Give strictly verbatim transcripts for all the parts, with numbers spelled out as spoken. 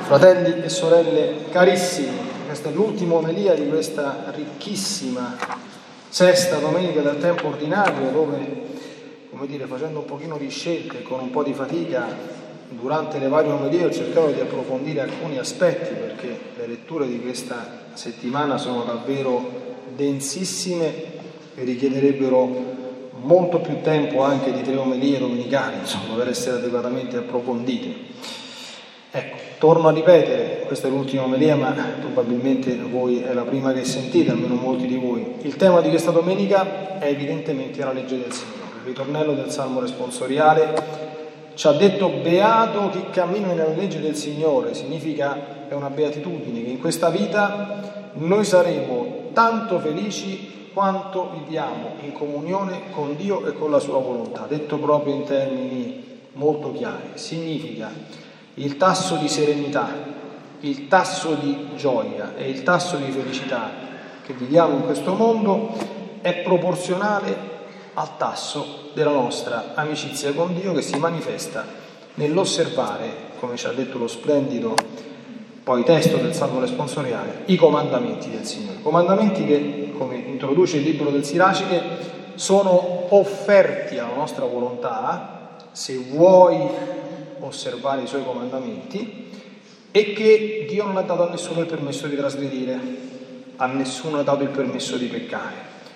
Fratelli e sorelle carissimi, questa è l'ultima omelia di questa ricchissima sesta domenica del tempo ordinario, dove, come dire, facendo un pochino di scelte, con un po' di fatica, durante le varie omelie ho cercato di approfondire alcuni aspetti, perché le letture di questa settimana sono davvero densissime e richiederebbero molto più tempo anche di tre omelie domenicali, insomma, per essere adeguatamente approfondite. Ecco, torno a ripetere, questa è l'ultima omelia, ma probabilmente voi è la prima che sentite, almeno molti di voi. Il tema di questa domenica è evidentemente la legge del Signore. Il ritornello del Salmo responsoriale ci ha detto: beato chi cammina nella legge del Signore. Significa, è una beatitudine, che in questa vita noi saremo tanto felici quanto viviamo in comunione con Dio e con la sua volontà. Detto proprio in termini molto chiari, significa il tasso di serenità, il tasso di gioia e il tasso di felicità che viviamo in questo mondo è proporzionale al tasso della nostra amicizia con Dio, che si manifesta nell'osservare, come ci ha detto lo splendido poi testo del Salmo responsoriale, i comandamenti del Signore. Comandamenti che, come introduce il libro del Siracide, sono offerti alla nostra volontà, se vuoi osservare i suoi comandamenti, e che Dio non ha dato a nessuno il permesso di trasgredire, a nessuno ha dato il permesso di peccare.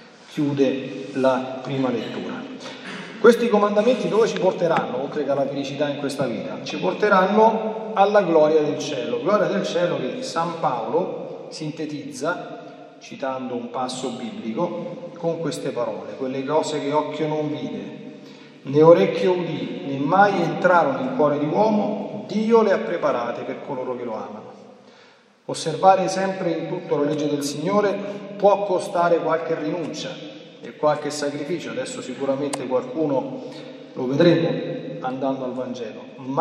Chiude la prima lettura. Questi comandamenti dove ci porteranno, oltre che alla felicità in questa vita? Ci porteranno alla gloria del cielo, gloria del cielo che San Paolo sintetizza, citando un passo biblico, con queste parole: quelle cose che occhio non vide, né orecchio udì, né mai entrarono nel cuore di uomo, Dio le ha preparate per coloro che lo amano. Osservare sempre in tutto la legge del Signore può costare qualche rinuncia e qualche sacrificio, adesso sicuramente qualcuno lo vedremo andando al Vangelo,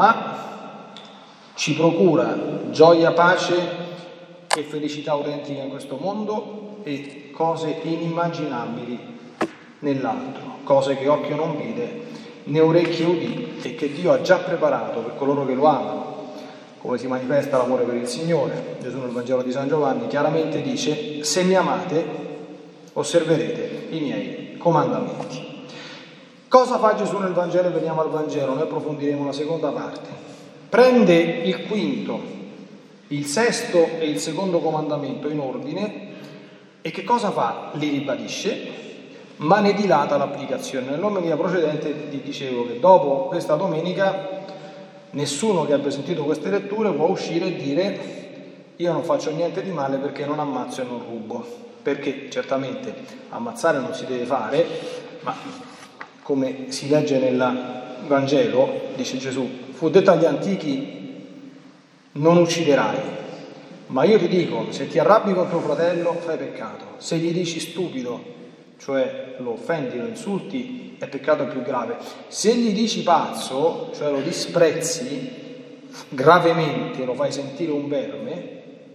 ma ci procura gioia, pace e felicità autentica in questo mondo e cose inimmaginabili nell'altro, cose che occhio non vide né orecchio udì e che Dio ha già preparato per coloro che lo amano. Come si manifesta l'amore per il Signore? Gesù nel Vangelo di San Giovanni chiaramente dice: se mi amate osserverete i miei comandamenti. Cosa fa Gesù nel Vangelo? Veniamo al Vangelo, noi approfondiremo la seconda parte. Prende il quinto, il sesto e il secondo comandamento in ordine e che cosa fa? Li ribadisce, ma ne dilata l'applicazione. Nell'omelia precedente vi dicevo che dopo questa domenica nessuno che abbia sentito queste letture può uscire e dire: io non faccio niente di male perché non ammazzo e non rubo. Perché certamente ammazzare non si deve fare, ma come si legge nel Vangelo, dice Gesù, fu detto agli antichi: non ucciderai. Ma io ti dico, se ti arrabbi con tuo fratello fai peccato, se gli dici stupido, cioè lo offendi, lo insulti, è peccato più grave. Se gli dici pazzo, cioè lo disprezzi gravemente, lo fai sentire un verme,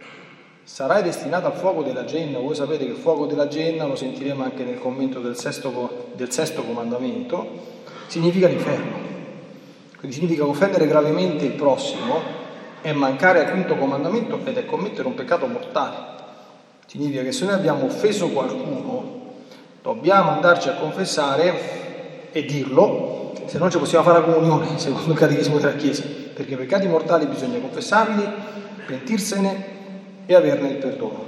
sarai destinato al fuoco della genna. Voi sapete che il fuoco della genna, lo sentiremo anche nel commento del sesto, del sesto comandamento, significa l'inferno. Quindi significa offendere gravemente il prossimo è mancare al quinto comandamento ed è commettere un peccato mortale. Significa che se noi abbiamo offeso qualcuno dobbiamo andarci a confessare e dirlo, se non ci possiamo fare la comunione, secondo il catechismo della Chiesa, perché i peccati mortali bisogna confessarli, pentirsene e averne il perdono.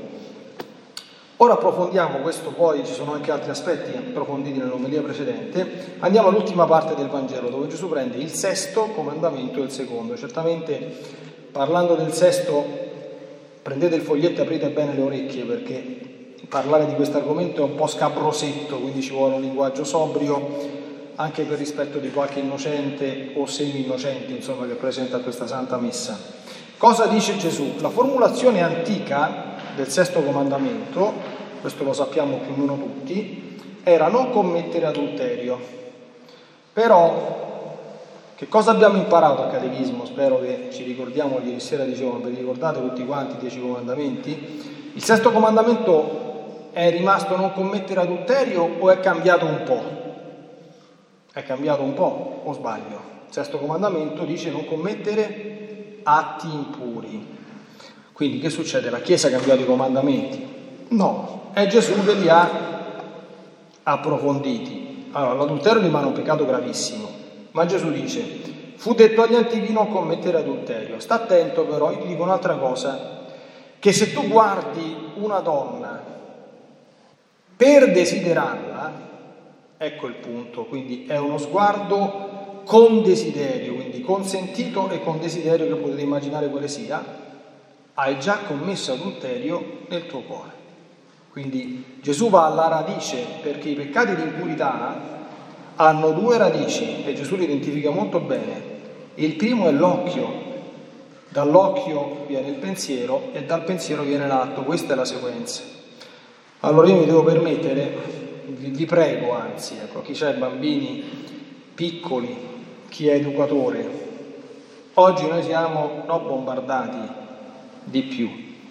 Ora approfondiamo questo, poi ci sono anche altri aspetti approfonditi nell'omelia precedente. Andiamo all'ultima parte del Vangelo, dove Gesù prende il sesto comandamento e il secondo. Certamente, parlando del sesto, prendete il foglietto e aprite bene le orecchie, perché parlare di questo argomento è un po' scabrosetto, quindi ci vuole un linguaggio sobrio, anche per rispetto di qualche innocente o semi-innocente, insomma, che presenta questa Santa Messa. Cosa dice Gesù? La formulazione antica del sesto comandamento, questo lo sappiamo più o meno tutti, era non commettere adulterio. Però, che cosa abbiamo imparato al catechismo? Spero che ci ricordiamo, ieri sera dicevamo, vi ricordate tutti quanti i dieci comandamenti? Il sesto comandamento è rimasto non commettere adulterio o è cambiato un po'? È cambiato un po', o sbaglio? Il sesto comandamento dice non commettere atti impuri. Quindi che succede? La Chiesa ha cambiato i comandamenti? No, è Gesù che li ha approfonditi. Allora, l'adulterio rimane un peccato gravissimo, ma Gesù dice: fu detto agli antichi non commettere adulterio. Sta attento però, io ti dico un'altra cosa, che se tu guardi una donna per desiderarla, ecco il punto, quindi è uno sguardo con desiderio, quindi consentito e con desiderio, che potete immaginare quale sia, hai già commesso adulterio nel tuo cuore. Quindi Gesù va alla radice, perché i peccati di impurità hanno due radici e Gesù li identifica molto bene. Il primo è l'occhio, dall'occhio viene il pensiero e dal pensiero viene l'atto, questa è la sequenza. Allora io mi devo permettere, vi prego anzi, ecco, chi c'ha bambini piccoli, chi è educatore, oggi noi siamo no bombardati di più.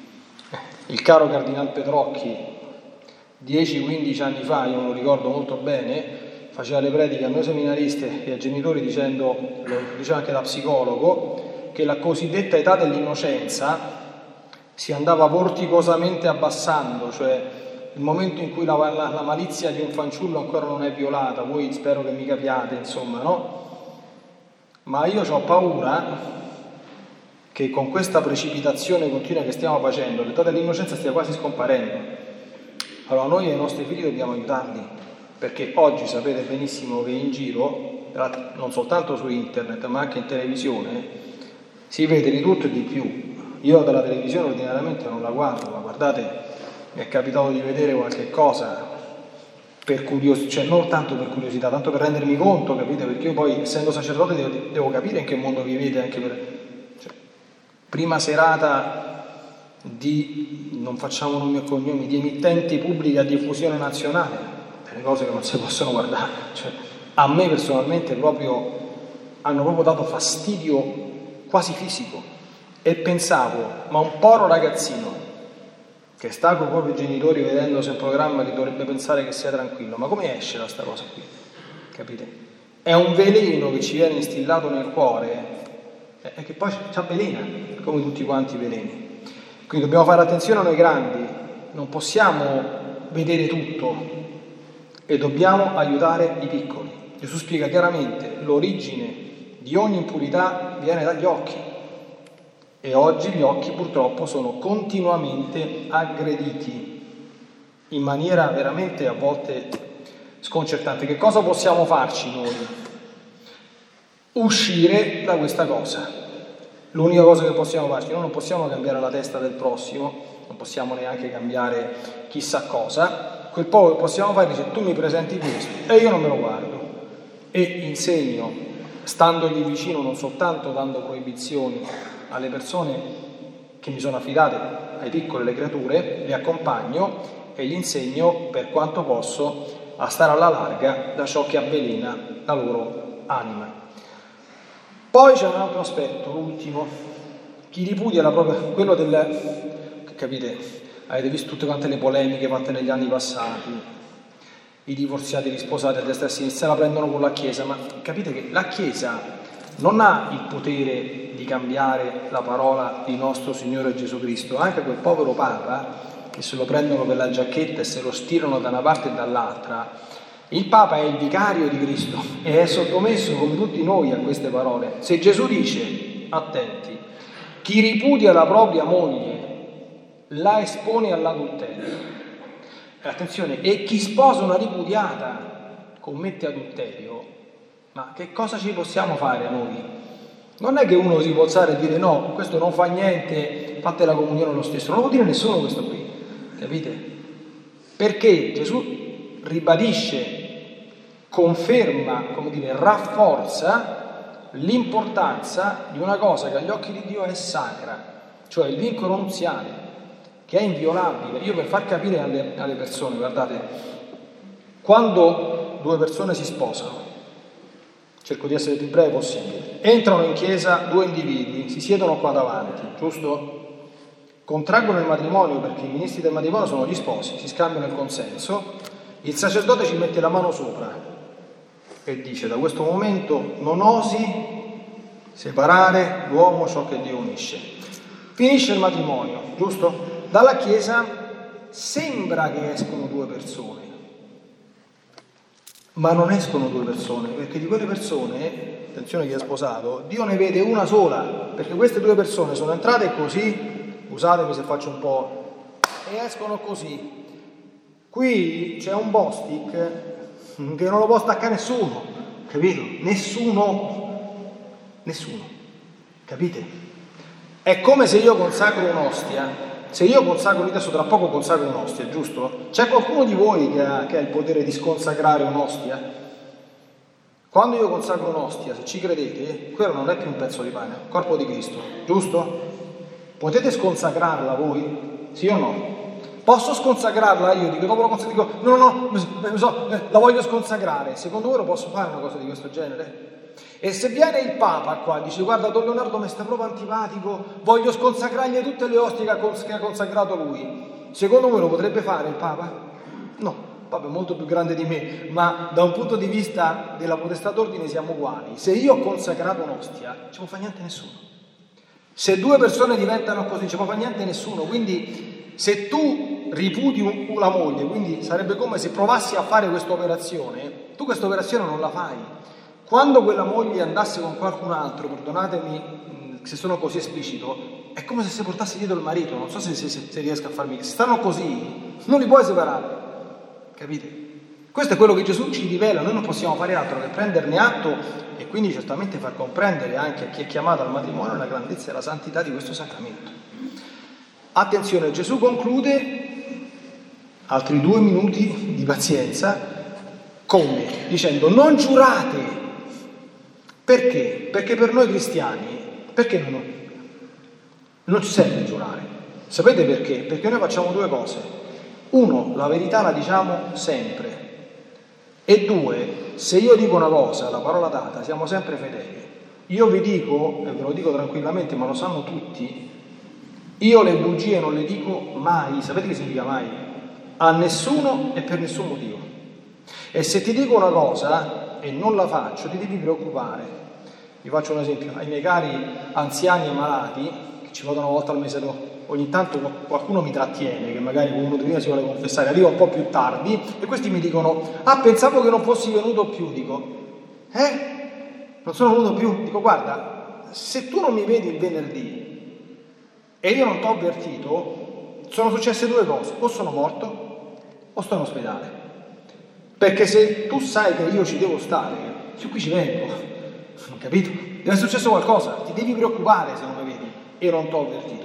Il caro Cardinal Petrocchi, dieci quindici anni fa, io me lo ricordo molto bene, faceva le prediche a noi seminaristi e ai genitori dicendo, lo diceva anche da psicologo, che la cosiddetta età dell'innocenza si andava vorticosamente abbassando, cioè il momento in cui la, la, la malizia di un fanciullo ancora non è violata, voi spero che mi capiate, insomma, no? Ma io ho paura che con questa precipitazione continua che stiamo facendo, l'età dell'innocenza stia quasi scomparendo. Allora noi ai nostri figli dobbiamo aiutarli, perché oggi sapete benissimo che in giro, non soltanto su internet, ma anche in televisione, si vede di tutto e di più. Io dalla televisione ordinariamente non la guardo, ma guardate, mi è capitato di vedere qualche cosa per curiosità, cioè non tanto per curiosità, tanto per rendermi conto, capite? Perché io poi, essendo sacerdote, devo, devo capire in che mondo vivete, anche per... Cioè, prima serata di, non facciamo nomi e cognomi, di emittenti pubbliche a diffusione nazionale, delle cose che non si possono guardare. Cioè, a me personalmente proprio hanno proprio dato fastidio quasi fisico, e pensavo, ma un povero ragazzino che sta con i propri genitori vedendosi un programma che dovrebbe pensare che sia tranquillo, ma come esce da sta cosa qui? Capite? È un veleno che ci viene instillato nel cuore e che poi ci avvelena, come tutti quanti i veleni. Quindi dobbiamo fare attenzione a noi grandi, non possiamo vedere tutto e dobbiamo aiutare i piccoli. Gesù spiega chiaramente: l'origine di ogni impurità viene dagli occhi. E oggi gli occhi purtroppo sono continuamente aggrediti in maniera veramente a volte sconcertante. Che cosa possiamo farci noi? Uscire da questa cosa. L'unica cosa che possiamo farci, noi non possiamo cambiare la testa del prossimo, non possiamo neanche cambiare chissà cosa. Quel poco che possiamo fare è dire: tu mi presenti questo e io non me lo guardo, e insegno, standogli vicino, non soltanto dando proibizioni alle persone che mi sono affidate, ai piccoli, alle creature, li accompagno e gli insegno per quanto posso a stare alla larga da ciò che avvelena la loro anima. Poi c'è un altro aspetto, l'ultimo, chi ripudia la propria, quello del, capite, avete visto tutte quante le polemiche fatte negli anni passati, i divorziati, gli sposati a destra e a sinistra la prendono con la Chiesa, ma capite che la Chiesa non ha il potere di cambiare la parola di nostro Signore Gesù Cristo. Anche quel povero Papa, che se lo prendono per la giacchetta e se lo stirano da una parte e dall'altra, il Papa è il vicario di Cristo e è sottomesso come tutti noi a queste parole. Se Gesù dice, attenti, chi ripudia la propria moglie la espone all'adulterio, attenzione, e chi sposa una ripudiata commette adulterio. Ma che cosa ci possiamo fare noi? Non è che uno si può alzare e dire: no, questo non fa niente, fate la comunione lo stesso. Non lo può dire nessuno questo qui, capite? Perché Gesù ribadisce, conferma, come dire, rafforza l'importanza di una cosa che agli occhi di Dio è sacra, cioè il vincolo nuziale, che è inviolabile. Io per far capire alle, alle persone, guardate, quando due persone si sposano, cerco di essere il più breve possibile, entrano in chiesa due individui, si siedono qua davanti, giusto? Contraggono il matrimonio, perché i ministri del matrimonio sono gli sposi, si scambiano il consenso, il sacerdote ci mette la mano sopra e dice: da questo momento non osi separare l'uomo ciò che Dio unisce. Finisce il matrimonio, giusto? Dalla Chiesa sembra che escono due persone, ma non escono due persone, perché di quelle persone, attenzione chi è sposato, Dio ne vede una sola, perché queste due persone sono entrate così, scusatemi se faccio un po', e escono così. Qui c'è un Bostic che non lo può staccare nessuno, capito? Nessuno, nessuno, capite? È come se io consacro un'ostia, se io consacro, adesso tra poco consacro un'ostia, giusto? C'è qualcuno di voi che ha, che ha il potere di sconsacrare un'ostia? Quando io consacro un'ostia, se ci credete, quello non è più un pezzo di pane, è il corpo di Cristo, giusto? Potete sconsacrarla voi? Sì o no? Posso sconsacrarla io? Dico, dopo lo consacro, dico, no, no, no, mi so, eh, la voglio sconsacrare. Secondo voi lo posso fare una cosa di questo genere? E se viene il Papa qua, dice, guarda, Don Leonardo mi sta proprio antipatico, voglio sconsacrargli tutte le ostie che ha, cons- che ha consacrato lui. Secondo voi lo potrebbe fare il Papa? No, il Papa è molto più grande di me, ma da un punto di vista della potestà d'ordine siamo uguali. Se io ho consacrato un'ostia, non ci può fare niente nessuno. Se due persone diventano così, non ci può fare niente nessuno. Quindi se tu ripudi la moglie, quindi sarebbe come se provassi a fare questa operazione, tu questa operazione non la fai. Quando quella moglie andasse con qualcun altro, perdonatemi se sono così esplicito, è come se si portasse dietro il marito, non so se, se, se riesco a farmi, se stanno così, non li puoi separare, capite? Questo è quello che Gesù ci rivela, noi non possiamo fare altro che prenderne atto e quindi certamente far comprendere anche a chi è chiamato al matrimonio la grandezza e la santità di questo sacramento. Attenzione, Gesù conclude, altri due minuti di pazienza, come? Dicendo non giurate. Perché? Perché per noi cristiani, perché noi non, non ci serve giurare? Sapete perché? Perché noi facciamo due cose. Uno, la verità la diciamo sempre. E due, se io dico una cosa, la parola data, siamo sempre fedeli. Io vi dico, e ve lo dico tranquillamente, ma lo sanno tutti, io le bugie non le dico mai. Sapete che significa mai? A nessuno e per nessun motivo. E se ti dico una cosa e non la faccio, ti devi preoccupare. Vi faccio un esempio, ai miei cari anziani e malati, che ci vado una volta al mese, ogni tanto qualcuno mi trattiene, che magari uno di loro si vuole confessare, arriva un po' più tardi, e questi mi dicono, ah, pensavo che non fossi venuto più, dico, eh? Non sono venuto più? Dico, guarda, se tu non mi vedi il venerdì, e io non ti ho avvertito, sono successe due cose, o sono morto, o sto in ospedale. Perché se tu sai che io ci devo stare, io qui ci vengo, capito? Deve essere successo qualcosa, ti devi preoccupare se non mi vedi e non t'ho avvertito.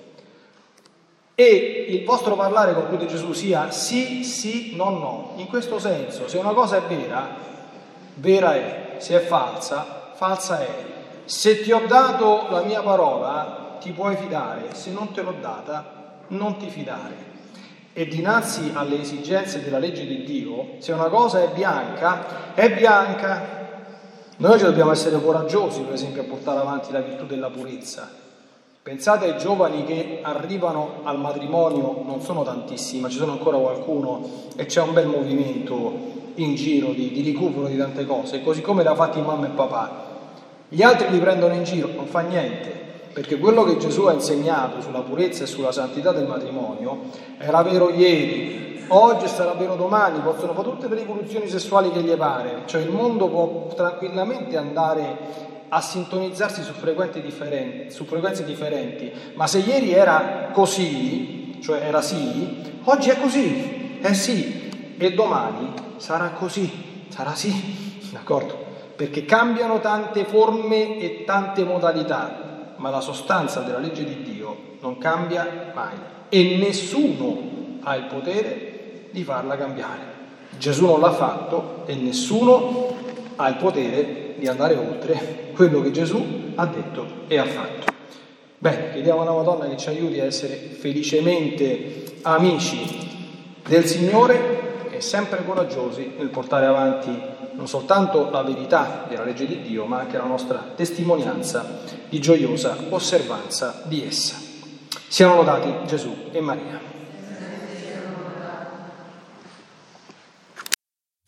E il vostro parlare, conclude Gesù, sia sì, sì, no, no. In questo senso, se una cosa è vera, vera è, se è falsa, falsa è. Se ti ho dato la mia parola, ti puoi fidare, se non te l'ho data, non ti fidare. E dinanzi alle esigenze della legge di Dio, se una cosa è bianca, è bianca. Noi oggi dobbiamo essere coraggiosi, per esempio, a portare avanti la virtù della purezza. Pensate ai giovani che arrivano al matrimonio, non sono tantissimi, ma ci sono ancora qualcuno e c'è un bel movimento in giro di, di recupero di tante cose, così come l'ha fatto mamma e papà. Gli altri li prendono in giro, non fa niente, perché quello che Gesù ha insegnato sulla purezza e sulla santità del matrimonio era vero ieri, oggi sarà vero domani, possono fare tutte le rivoluzioni sessuali che gli pare, cioè il mondo può tranquillamente andare a sintonizzarsi su frequenze differenti, su frequenze differenti, ma se ieri era così, cioè era sì, oggi è così, è sì, e domani sarà così, sarà sì, d'accordo? Perché cambiano tante forme e tante modalità, ma la sostanza della legge di Dio non cambia mai e nessuno ha il potere di farla cambiare. Gesù non l'ha fatto e nessuno ha il potere di andare oltre quello che Gesù ha detto e ha fatto. Bene, chiediamo alla Madonna che ci aiuti a essere felicemente amici del Signore e sempre coraggiosi nel portare avanti non soltanto la verità della legge di Dio, ma anche la nostra testimonianza di gioiosa osservanza di essa. Siano lodati Gesù e Maria.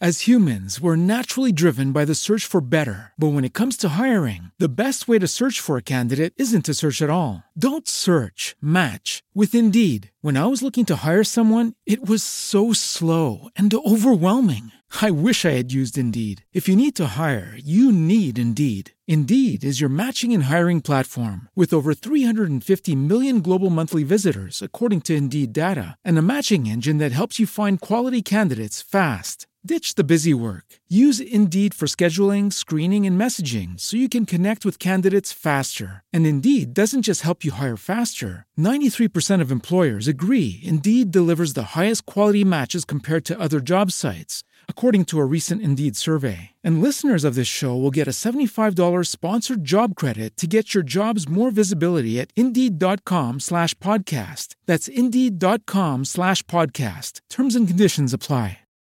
As humans, we're naturally driven by the search for better. But when it comes to hiring, the best way to search for a candidate isn't to search at all. Don't search, match with Indeed. When I was looking to hire someone, it was so slow and overwhelming. I wish I had used Indeed. If you need to hire, you need Indeed. Indeed is your matching and hiring platform with over three hundred fifty million global monthly visitors, according to Indeed data, and a matching engine that helps you find quality candidates fast. Ditch the busy work. Use Indeed for scheduling, screening, and messaging so you can connect with candidates faster. And Indeed doesn't just help you hire faster. ninety-three percent of employers agree Indeed delivers the highest quality matches compared to other job sites, according to a recent Indeed survey. And listeners of this show will get a seventy-five dollars sponsored job credit to get your jobs more visibility at Indeed.com slash podcast. That's Indeed.com slash podcast. Terms and conditions apply.